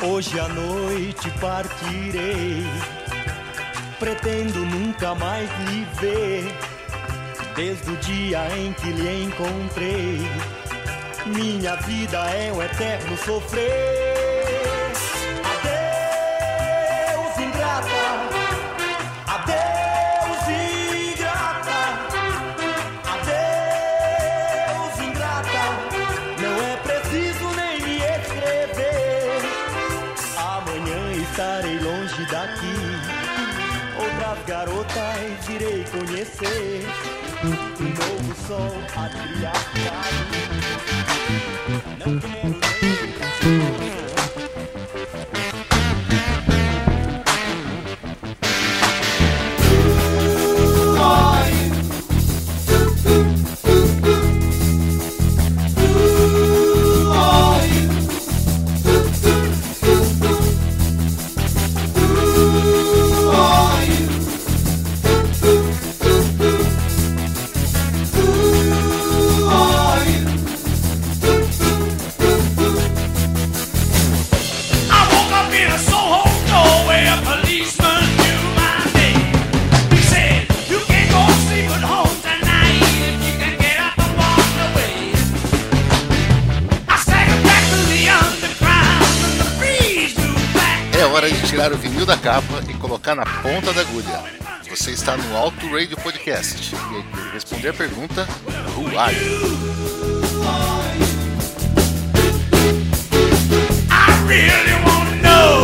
Hoje à noite partirei, pretendo nunca mais lhe ver. Desde o dia em que lhe encontrei, minha vida é um eterno sofrer. Adeus, ingrata, adeus, ingrata, adeus, ingrata. Não é preciso nem me escrever. Amanhã estarei longe daqui, outras garotas irei conhecer. Um novo sol a brilhar pra mim. Não quero tirar o vinil da capa e colocar na ponta da agulha. Você está no Auto Radio Podcast e responder a pergunta: Who are you? I really wanna know.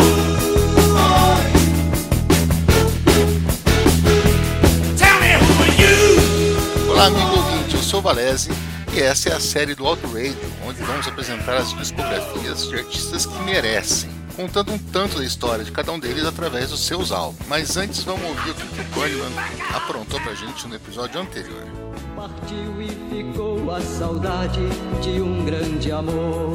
Tell me who are you? Olá, amigo ouvinte, eu sou o Valese e essa é a série do Auto Radio, onde vamos apresentar as discografias de artistas que merecem, contando um tanto da história de cada um deles através dos seus álbuns. Mas antes vamos ouvir o que o Bunnyman aprontou pra gente no episódio anterior. Partiu e ficou a saudade de um grande amor.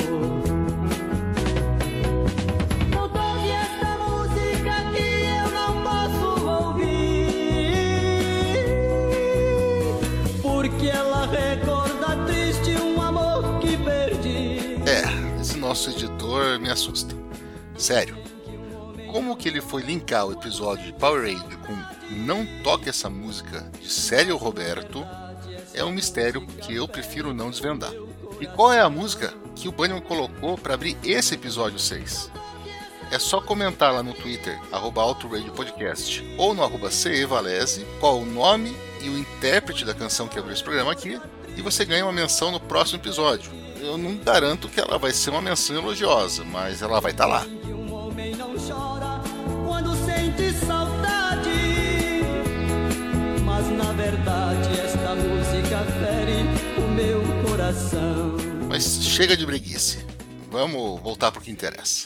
Ouve esta música que eu não posso ouvir, porque ela recorda triste um amor que perdi. Esse nosso editor me assusta. Sério, como que ele foi linkar o episódio de Power Radio com Não Toque Essa Música de Célio Roberto é um mistério que eu prefiro não desvendar. E qual é a música que o Bunnyman colocou para abrir esse episódio 6? É só comentar lá no Twitter, @autoradiopodcast, ou no @cevalese, qual o nome e o intérprete da canção que abriu esse programa aqui, e você ganha uma menção no próximo episódio. Eu não garanto que ela vai ser uma menção elogiosa, mas ela vai estar lá. Não chora quando sente saudade, mas na verdade esta música fere o meu coração. Mas chega de breguice, vamos voltar pro que interessa.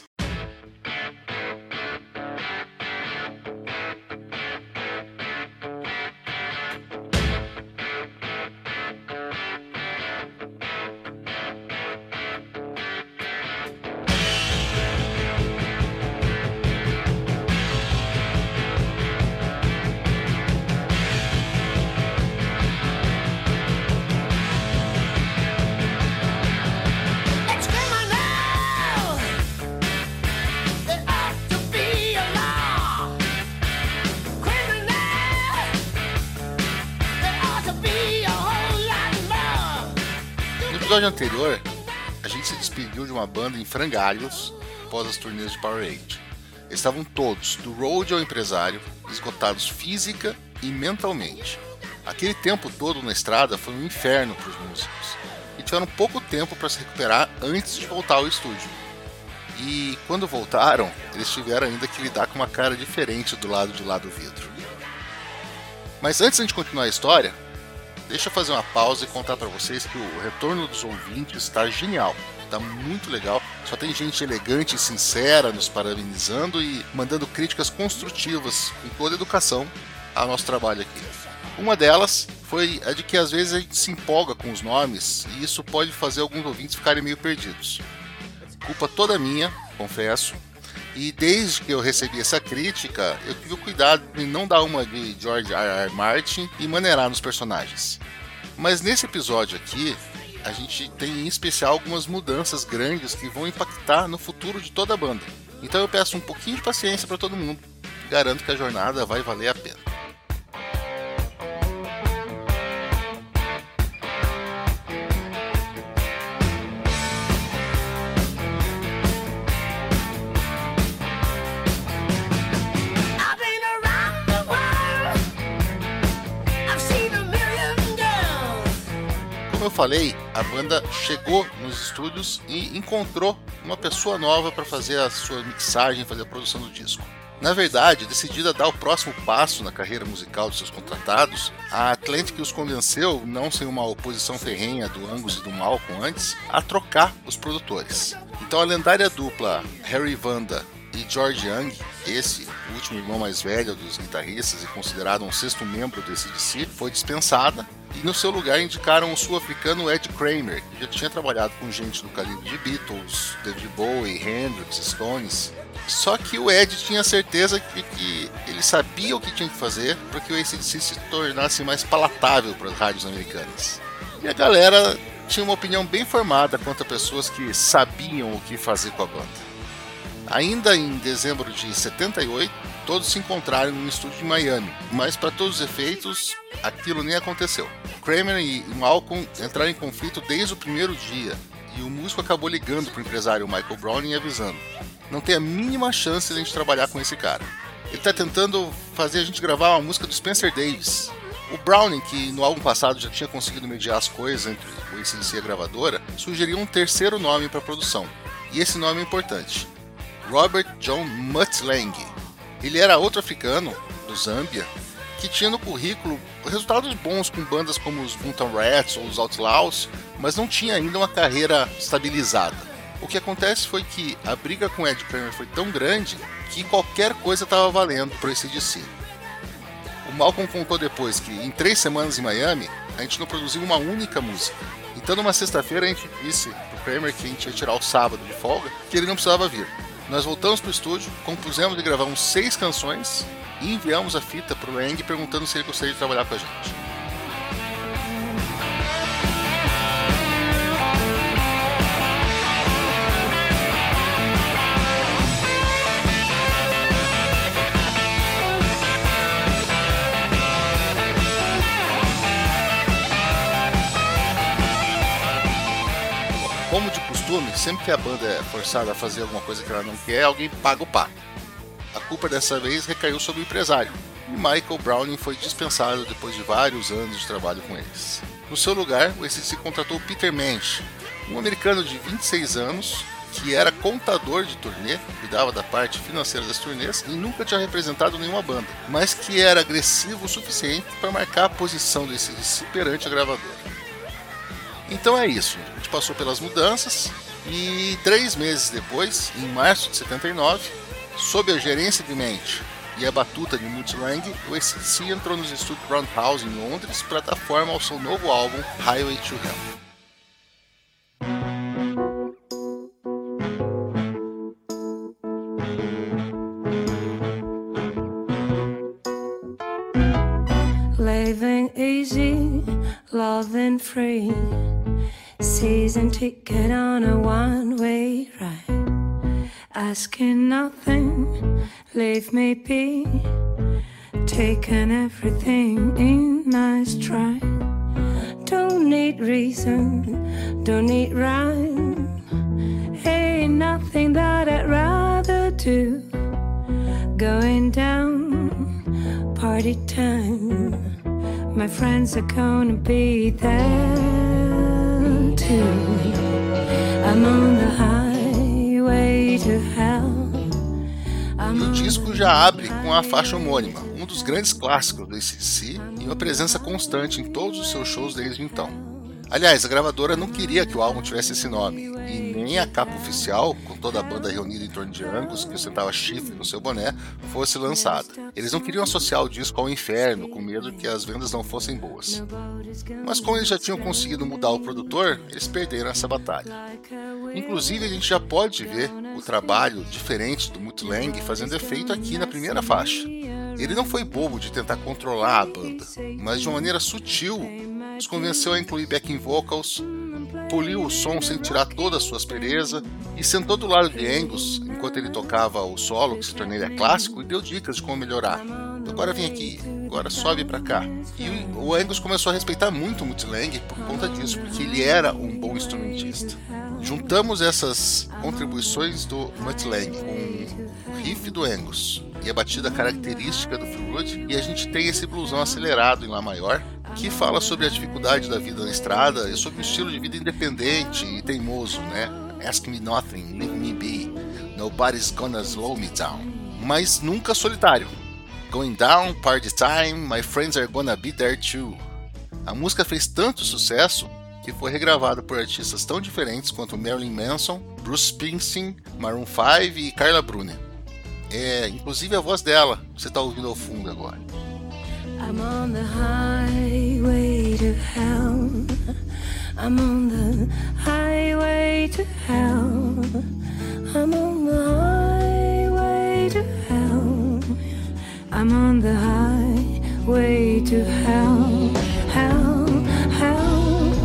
No episódio anterior, a gente se despediu de uma banda em frangalhos após as turnês de Power Age. Eles estavam todos, do road ao empresário, esgotados física e mentalmente. Aquele tempo todo na estrada foi um inferno para os músicos e tiveram pouco tempo para se recuperar antes de voltar ao estúdio. E quando voltaram, eles tiveram ainda que lidar com uma cara diferente do lado de lá do vidro. Mas antes de a gente continuar a história, deixa eu fazer uma pausa e contar para vocês que o retorno dos ouvintes está genial, está muito legal. Só tem gente elegante e sincera nos parabenizando e mandando críticas construtivas com toda a educação ao nosso trabalho aqui. Uma delas foi a de que às vezes a gente se empolga com os nomes e isso pode fazer alguns ouvintes ficarem meio perdidos. Culpa toda minha, confesso. E desde que eu recebi essa crítica, eu tive o cuidado de não dar uma de George R. R. Martin e maneirar nos personagens. Mas nesse episódio aqui, a gente tem em especial algumas mudanças grandes que vão impactar no futuro de toda a banda. Então eu peço um pouquinho de paciência para todo mundo. Garanto que a jornada vai valer a pena. Como eu falei, a banda chegou nos estúdios e encontrou uma pessoa nova para fazer a sua mixagem, fazer a produção do disco. Na verdade, decidida a dar o próximo passo na carreira musical de seus contratados, a Atlantic os convenceu, não sem uma oposição ferrenha do Angus e do Malcolm antes, a trocar os produtores. Então a lendária dupla Harry Vanda e George Young, esse, o último irmão mais velho dos guitarristas e considerado um sexto membro do AC/DC, foi dispensada, e no seu lugar indicaram o sul-africano Ed Kramer, que já tinha trabalhado com gente do calibre de Beatles, David Bowie, Hendrix, Stones. Só que o Ed tinha certeza que ele sabia o que tinha que fazer para que o AC/DC se tornasse mais palatável para as rádios americanas. E a galera tinha uma opinião bem formada quanto a pessoas que sabiam o que fazer com a banda. Ainda em dezembro de 78, todos se encontraram no estúdio de Miami, mas para todos os efeitos, aquilo nem aconteceu. Kramer e Malcolm entraram em conflito desde o primeiro dia, e o músico acabou ligando para o empresário Michael Browning e avisando: não tem a mínima chance de a gente trabalhar com esse cara. Ele está tentando fazer a gente gravar uma música do Spencer Davis. O Browning, que no álbum passado já tinha conseguido mediar as coisas entre o AC/DC e a gravadora, sugeriu um terceiro nome para a produção, e esse nome é importante: Robert John Mutt Lange. Ele era outro africano, do Zâmbia, que tinha no currículo resultados bons com bandas como os Boomtown Rats ou os Outlaws, mas não tinha ainda uma carreira estabilizada. O que acontece foi que a briga com Ed Kramer foi tão grande que qualquer coisa estava valendo para o AC/DC. O Malcolm contou depois que em 3 semanas em Miami, a gente não produziu uma única música. Então numa sexta-feira a gente disse pro Kramer que a gente ia tirar o sábado de folga, que ele não precisava vir. Nós voltamos pro estúdio, compusemos e gravamos 6 canções e enviamos a fita pro Lang perguntando se ele gostaria de trabalhar com a gente. Como de costume, sempre que a banda é forçada a fazer alguma coisa que ela não quer, alguém paga o pato. A culpa dessa vez recaiu sobre o empresário, e Michael Browning foi dispensado depois de vários anos de trabalho com eles. No seu lugar, o AC/DC contratou Peter Mensch, um americano de 26 anos, que era contador de turnê, cuidava da parte financeira das turnês e nunca tinha representado nenhuma banda, mas que era agressivo o suficiente para marcar a posição do AC/DC perante a gravadora. Então é isso, a gente passou pelas mudanças e 3 meses depois, em março de 79, sob a gerência de Mensch e a batuta de Mutt Lange, o AC/DC entrou nos estúdios Roundhouse em Londres para dar forma ao seu novo álbum Highway to Hell. Living easy, loving free, season ticket on a one-way ride, asking nothing, leave me be, taking everything in my stride. Don't need reason, don't need rhyme, ain't nothing that I'd rather do. Going down, party time, my friends are gonna be there too. I'm on the highway to hell. E o disco já abre com a faixa homônima, um dos grandes clássicos do AC/DC e uma presença constante em todos os seus shows desde então. Aliás, a gravadora não queria que o álbum tivesse esse nome, e nem a capa oficial, com toda a banda reunida em torno de Angus, que ostentava chifre no seu boné, fosse lançada. Eles não queriam associar o disco ao inferno, com medo que as vendas não fossem boas. Mas como eles já tinham conseguido mudar o produtor, eles perderam essa batalha. Inclusive, a gente já pode ver o trabalho diferente do Mutt Lange fazendo efeito aqui na primeira faixa. Ele não foi bobo de tentar controlar a banda, mas de uma maneira sutil os convenceu a incluir backing vocals, poliu o som sem tirar toda a sua aspereza e sentou do lado de Angus enquanto ele tocava o solo, que se tornaria clássico, e deu dicas de como melhorar. Agora vem aqui, agora sobe pra cá. E o Angus começou a respeitar muito o Mutt Lange por conta disso, porque ele era um bom instrumentista. Juntamos essas contribuições do Mutt Lange com o riff do Angus e a batida característica do Phil Rudd, e a gente tem esse bluesão acelerado em Lá maior, que fala sobre a dificuldade da vida na estrada e sobre o estilo de vida independente e teimoso, né? Ask me nothing, leave me be, nobody's gonna slow me down. Mas nunca solitário. Going down, party time, my friends are gonna be there too. A música fez tanto sucesso que foi regravada por artistas tão diferentes quanto Marilyn Manson, Bruce Springsteen, Maroon 5 e Carla Bruni. Inclusive a voz dela, você está ouvindo ao fundo agora. I'm on the highway to hell. I'm on the highway to hell. I'm on the highway to hell. I'm on the highway to hell. Hell, hell.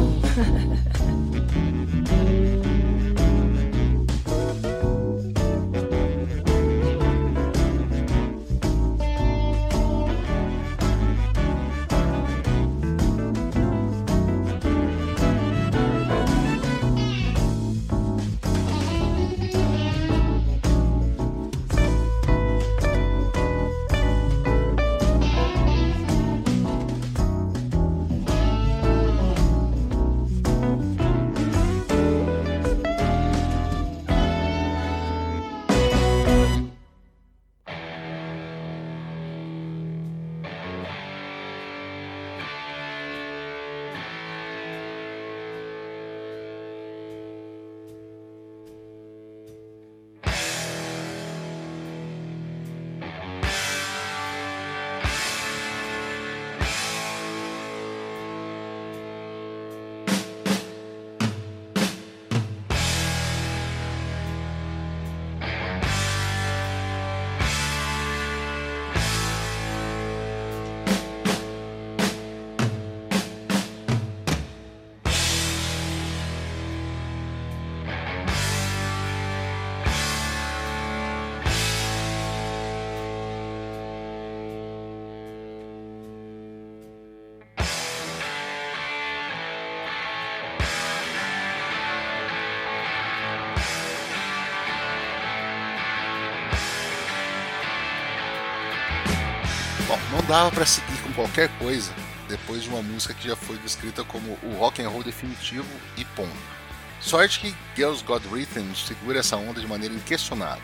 Bom, não dava para seguir com qualquer coisa depois de uma música que já foi descrita como o rock and roll definitivo e ponto. Sorte que Girls Got Rhythm segura essa onda de maneira inquestionável.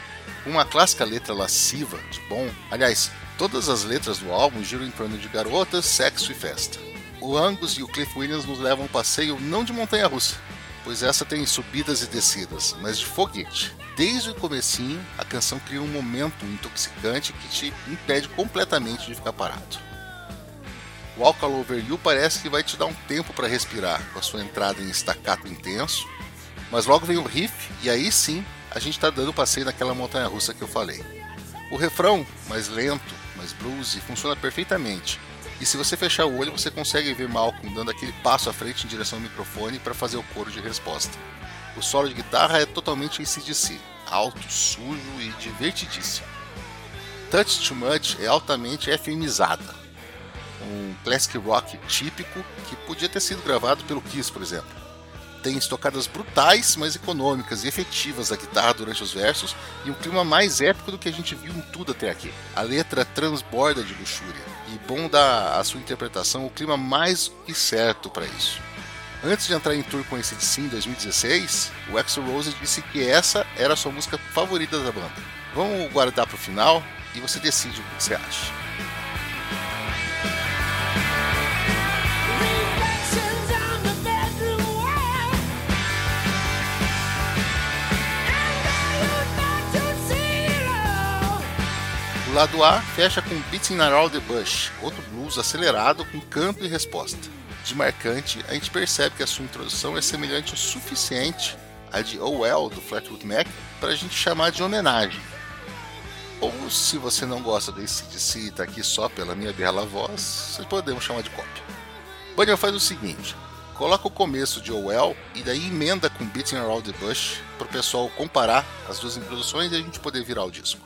Uma clássica letra lasciva de bom, aliás, todas as letras do álbum giram em torno de garotas, sexo e festa. O Angus e o Cliff Williams nos levam um passeio não de montanha-russa, pois essa tem subidas e descidas, mas de foguete. Desde o comecinho, a canção cria um momento intoxicante que te impede completamente de ficar parado. Walk All Over You parece que vai te dar um tempo para respirar, com a sua entrada em staccato intenso, mas logo vem o riff e aí sim a gente está dando passeio naquela montanha-russa que eu falei. O refrão, mais lento, mais bluesy, funciona perfeitamente, e se você fechar o olho você consegue ver Malcolm dando aquele passo à frente em direção ao microfone para fazer o coro de resposta. O solo de guitarra é totalmente AC/DC, alto, sujo e divertidíssimo. Touch Too Much é altamente FMizada, um classic rock típico que podia ter sido gravado pelo Kiss, por exemplo. Tem estocadas brutais, mas econômicas e efetivas da guitarra durante os versos e um clima mais épico do que a gente viu em tudo até aqui. A letra transborda de luxúria e bom dá à sua interpretação o clima mais que certo para isso. Antes de entrar em tour com AC/DC em 2016, o Axl Rose disse que essa era a sua música favorita da banda. Vamos guardar para o final e você decide o que você acha. O lado A fecha com Beating Around the Bush, outro blues acelerado com canto e resposta. De marcante, a gente percebe que a sua introdução é semelhante o suficiente à de Oh Well, do Fleetwood Mac, para a gente chamar de homenagem. Ou se você não gosta do AC/DC e está aqui só pela minha bela voz, vocês podemos chamar de cópia. Bunyan faz o seguinte, coloca o começo de Oh Well e daí emenda com Beating Around the Bush para o pessoal comparar as duas introduções e a gente poder virar o disco.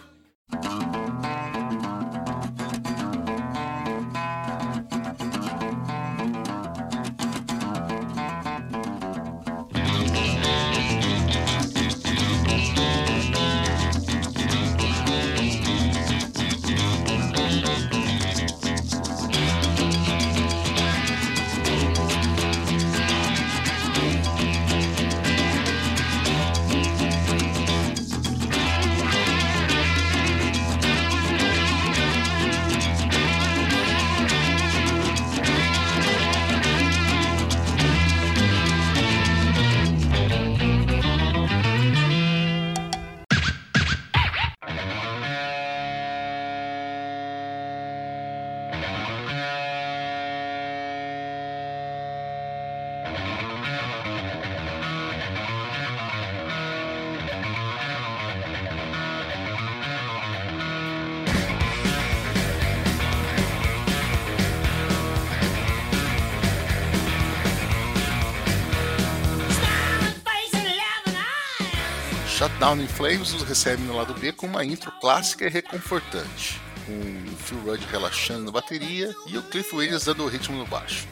Shutdown in Flames nos recebe no lado B com uma intro clássica e reconfortante, com o Phil Rudd relaxando na bateria e o Cliff Williams dando o ritmo no baixo.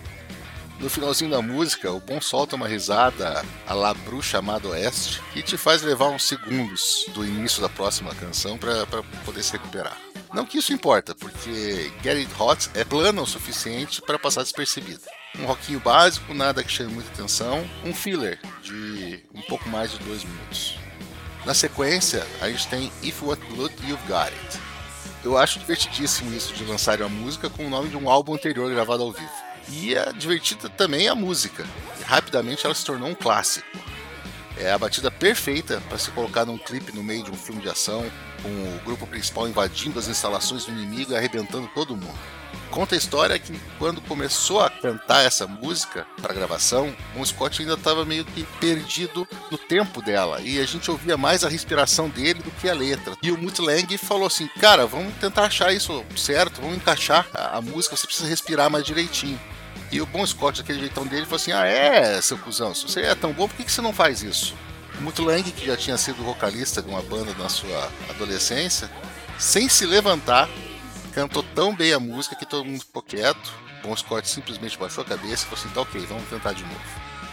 No finalzinho da música, o Bon solta uma risada à la bruxa amada oeste que te faz levar uns segundos do início da próxima canção para poder se recuperar. Não que isso importa, porque Get It Hot é plana o suficiente para passar despercebido. Um rockinho básico, nada que chame muita atenção, um filler de um pouco mais de 2 minutos. Na sequência, a gente tem If You Want Blood, You've Got It. Eu acho divertidíssimo isso de lançarem a música com o nome de um álbum anterior gravado ao vivo. E é divertida também a música, e rapidamente ela se tornou um clássico. É a batida perfeita para se colocar num clipe no meio de um filme de ação, com o grupo principal invadindo as instalações do inimigo e arrebentando todo mundo. Conta a história que quando começou a cantar essa música para gravação, o Scott ainda estava meio que perdido no tempo dela e a gente ouvia mais a respiração dele do que a letra. E o Mutt Lange falou assim, cara, vamos tentar achar isso certo, vamos encaixar a música, você precisa respirar mais direitinho. E o Bon Scott, daquele jeitão dele, falou assim, seu cuzão, se você é tão bom, por que você não faz isso? O Mutt Lange, que já tinha sido vocalista de uma banda na sua adolescência, sem se levantar, cantou tão bem a música que todo mundo ficou quieto. Bon Scott simplesmente baixou a cabeça e falou assim, tá ok, vamos tentar de novo.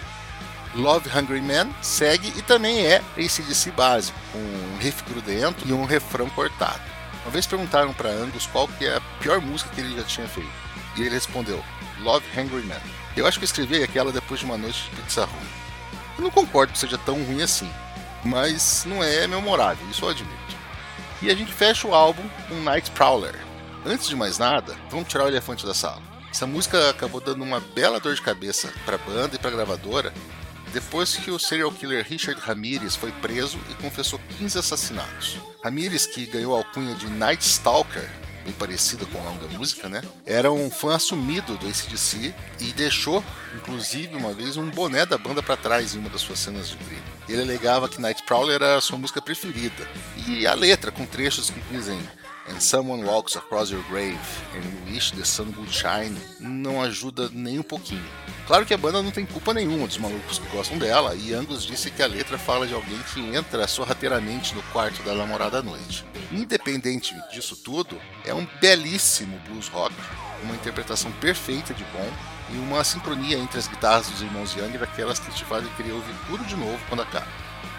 Love Hungry Man segue e também é AC/DC básico, com um riff grudento e um refrão cortado. Uma vez perguntaram para Angus qual que é a pior música que ele já tinha feito, e ele respondeu, Love Hungry Man. Eu acho que eu escrevi aquela depois de uma noite de pizza ruim. Eu não concordo que seja tão ruim assim, mas não é memorável, isso eu admito. E a gente fecha o álbum com Night Prowler. Antes de mais nada, vamos tirar o elefante da sala. Essa música acabou dando uma bela dor de cabeça para a banda e para a gravadora depois que o serial killer Richard Ramirez foi preso e confessou 15 assassinatos. Ramirez, que ganhou a alcunha de Night Stalker, bem parecida com o nome da música, né? Era um fã assumido do AC/DC e deixou, inclusive, uma vez um boné da banda para trás em uma das suas cenas de crime. Ele alegava que Night Prowler era a sua música preferida. E a letra, com trechos que dizem And someone walks across your grave and you wish the sun would shine, não ajuda nem um pouquinho. Claro que a banda não tem culpa nenhuma dos malucos que gostam dela, e Angus disse que a letra fala de alguém que entra sorrateiramente no quarto da namorada à noite. Independente disso tudo, é um belíssimo blues rock, uma interpretação perfeita de Bon e uma sincronia entre as guitarras dos irmãos Young daquelas que te fazem querer ouvir tudo de novo quando acaba.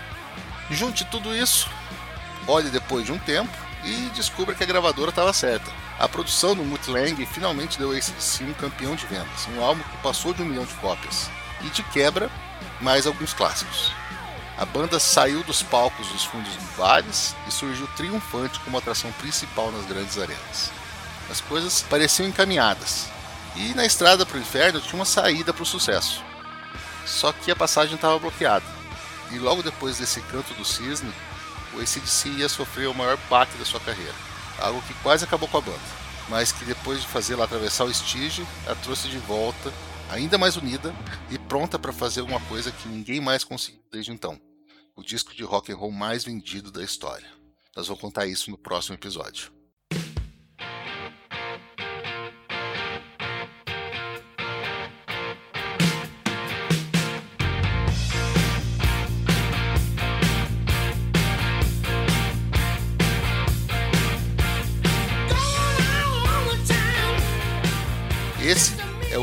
Junte tudo isso, olhe depois de um tempo e descubra que a gravadora estava certa. A produção do Mutt Lange finalmente deu a AC/DC um campeão de vendas, um álbum que passou de 1 milhão de cópias, e de quebra, mais alguns clássicos. A banda saiu dos palcos dos fundos dos bares e surgiu triunfante como atração principal nas grandes arenas. As coisas pareciam encaminhadas, e na estrada para o inferno tinha uma saída para o sucesso. Só que a passagem estava bloqueada, e logo depois desse canto do cisne, o AC/DC ia sofrer o maior baque da sua carreira, algo que quase acabou com a banda, mas que depois de fazê-la atravessar o Stige, a trouxe de volta, ainda mais unida e pronta para fazer uma coisa que ninguém mais conseguiu desde então, o disco de rock and roll mais vendido da história. Nós vamos contar isso no próximo episódio.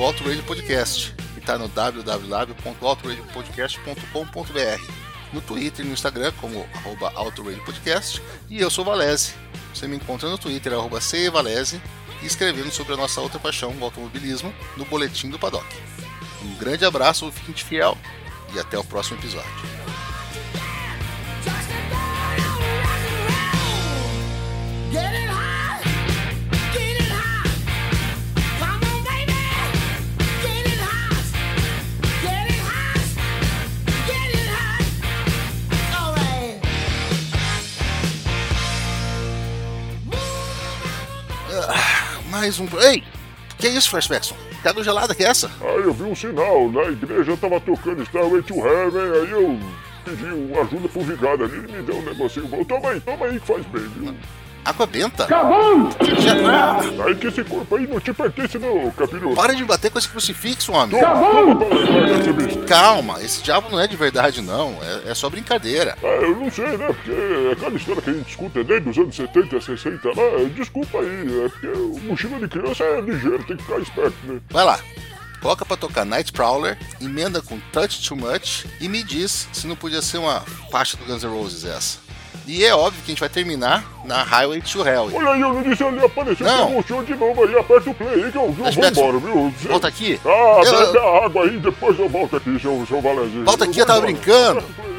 Auto Radio Podcast, que está no www.autoradiopodcast.com.br, no Twitter e no Instagram como @autoradiopodcast, e eu sou Valese. Você me encontra no Twitter @cevalese e escrevendo sobre a nossa outra paixão, o automobilismo, no Boletim do Paddock. Um grande abraço, ouvinte fiel, e até o próximo episódio. Mais um... Ei! Que é isso, Flashbackson? Que água gelada que é essa? Eu vi um sinal, na igreja tava tocando Starway to Heaven, aí eu pedi uma ajuda pro vigário ali, ele me deu um negocinho bom. Toma aí que faz bem, viu? Água benta? Acabou! Aí que esse corpo aí não te pertence não, capiroto. Para de bater com esse crucifixo, homem. Calma, esse diabo não é de verdade não, é só brincadeira. Eu não sei, né, porque é aquela história que a gente escuta desde os anos 70, 60 lá, desculpa aí, é porque o mochila de criança é ligeiro, tem que ficar esperto, né? Vai lá, coloca pra tocar Night Prowler, emenda com Touch Too Much e me diz se não podia ser uma faixa do Guns N' Roses essa. E é óbvio que a gente vai terminar na Highway to Hell. Olha aí, eu não disse ali, apareceu o show de novo aí, aperta o play aí que eu vou embora, viu? Volta aqui? Bebe a água aí, depois eu volto aqui, seu Valese. Volta aqui, eu tava brincando.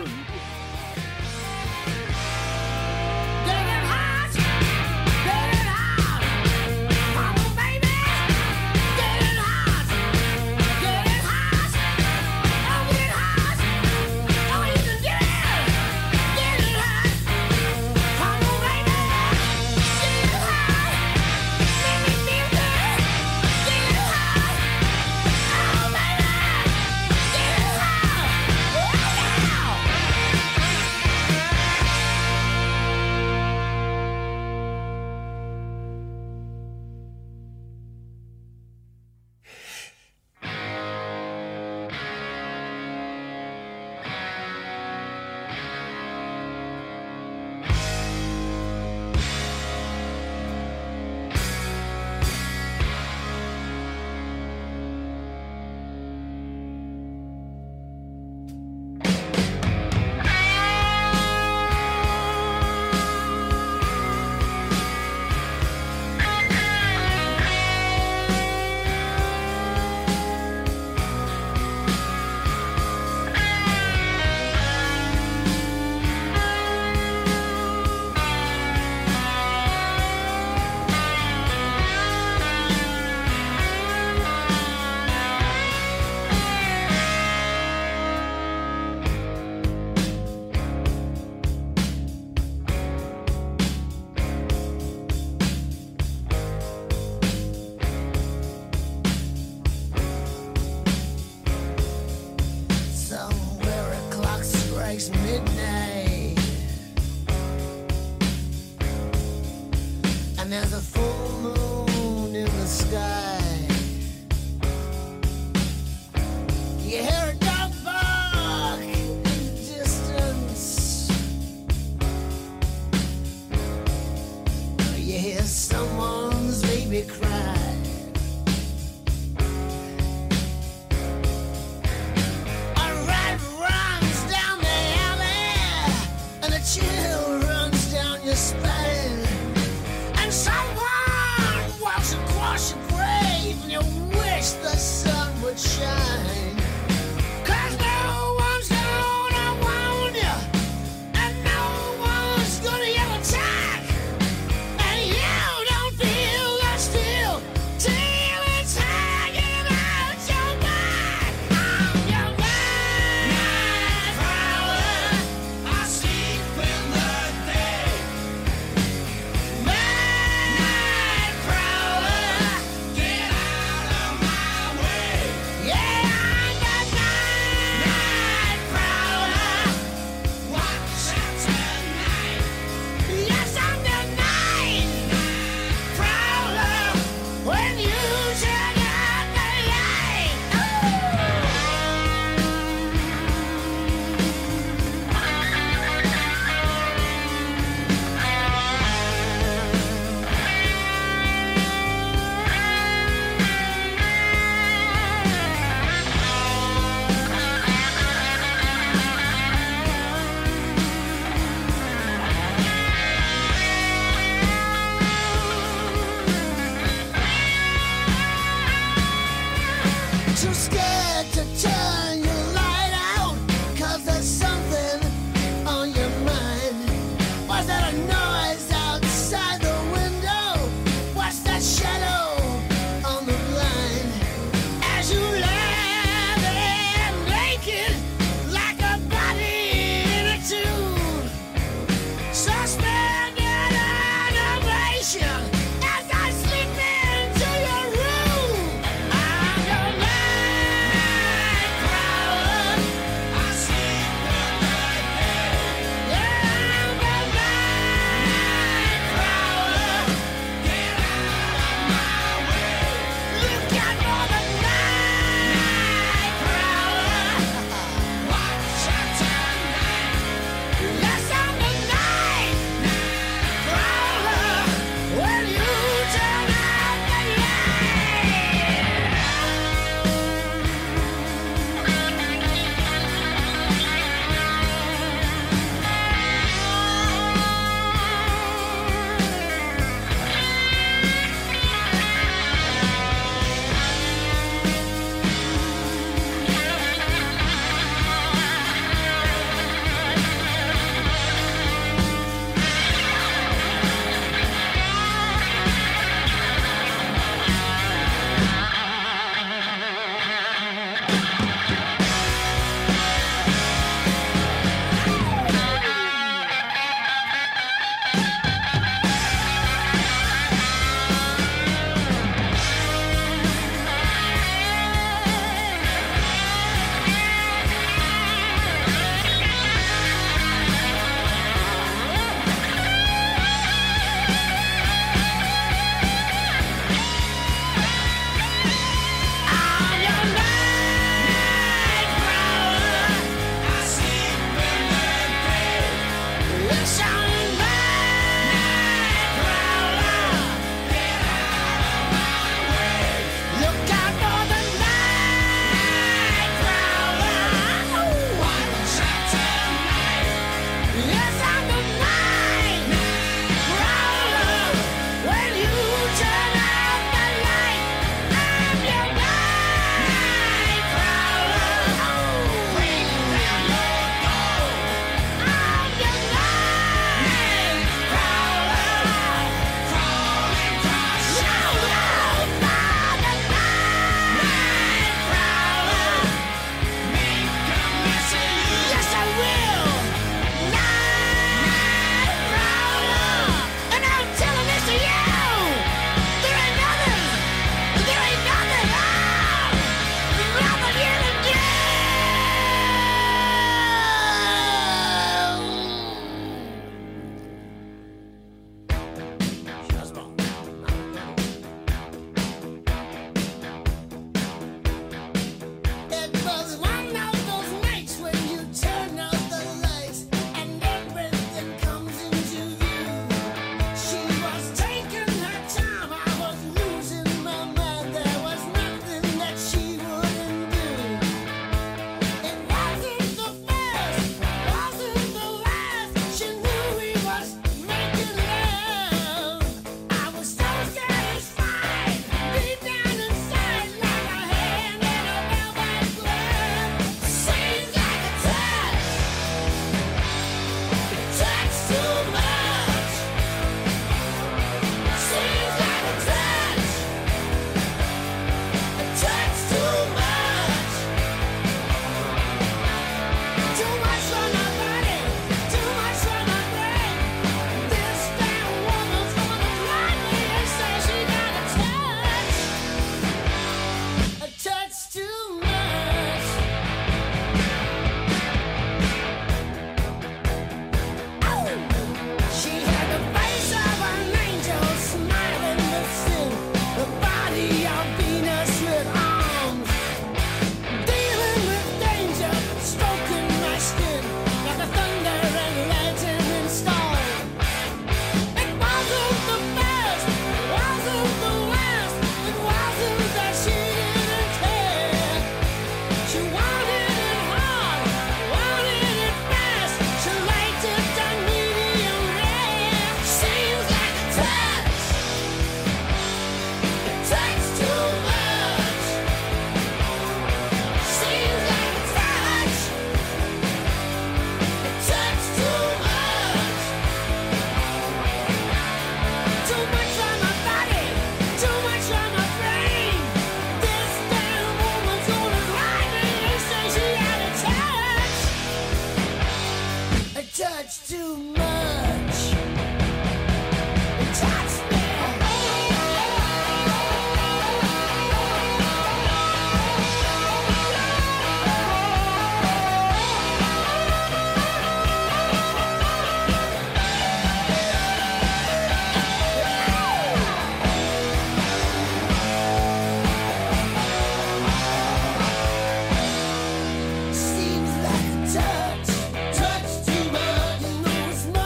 Midnight, and there's a full moon in the sky. You hear a dog bark in the distance. You hear someone's baby cry. Chill runs down your spine, and someone touch too much. Touch me. Seems like a touch too much. You know it's not.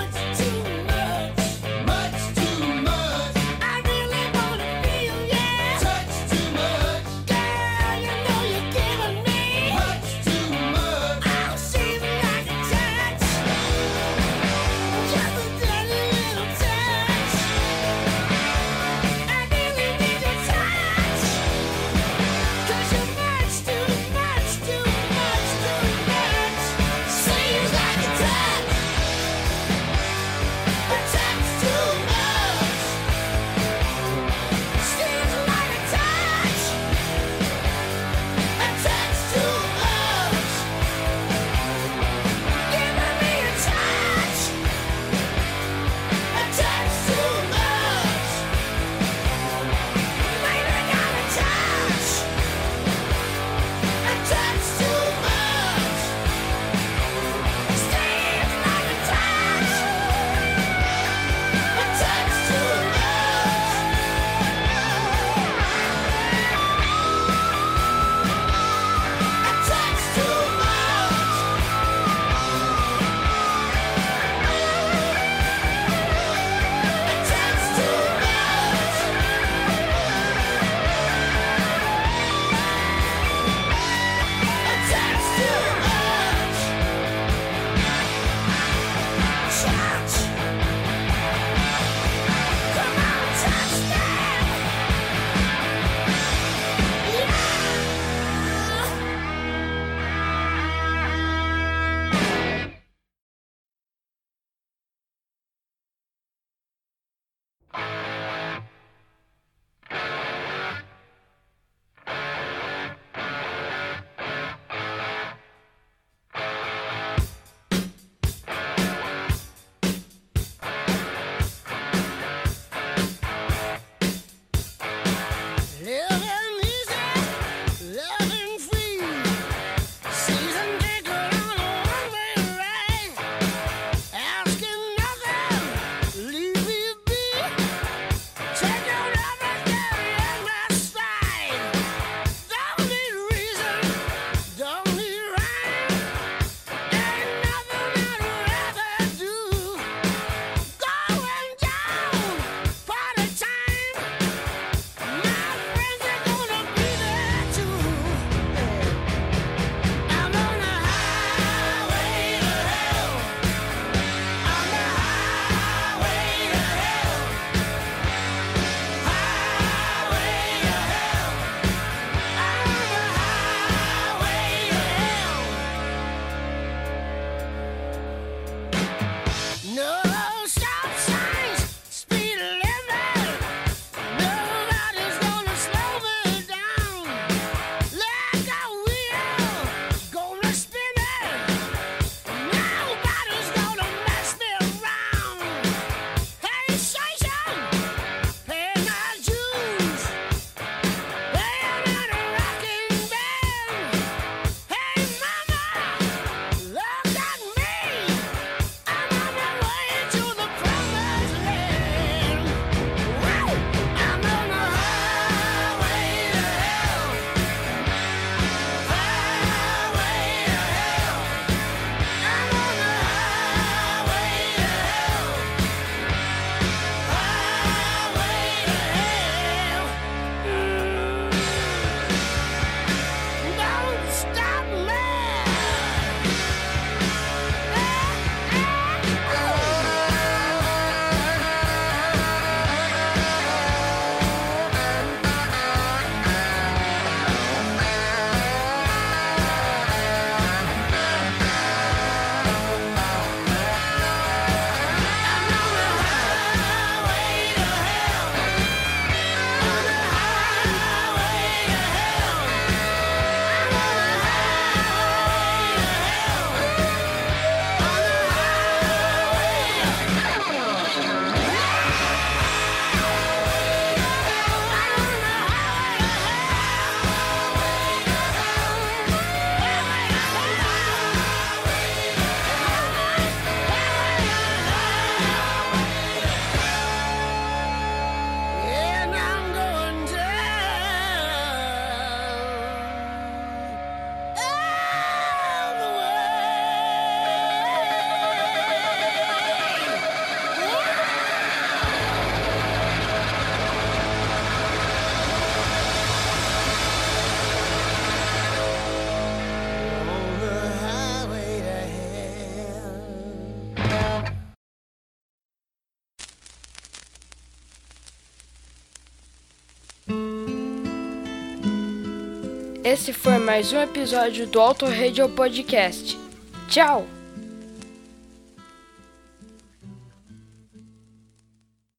Esse foi mais um episódio do Auto Radio Podcast. Tchau!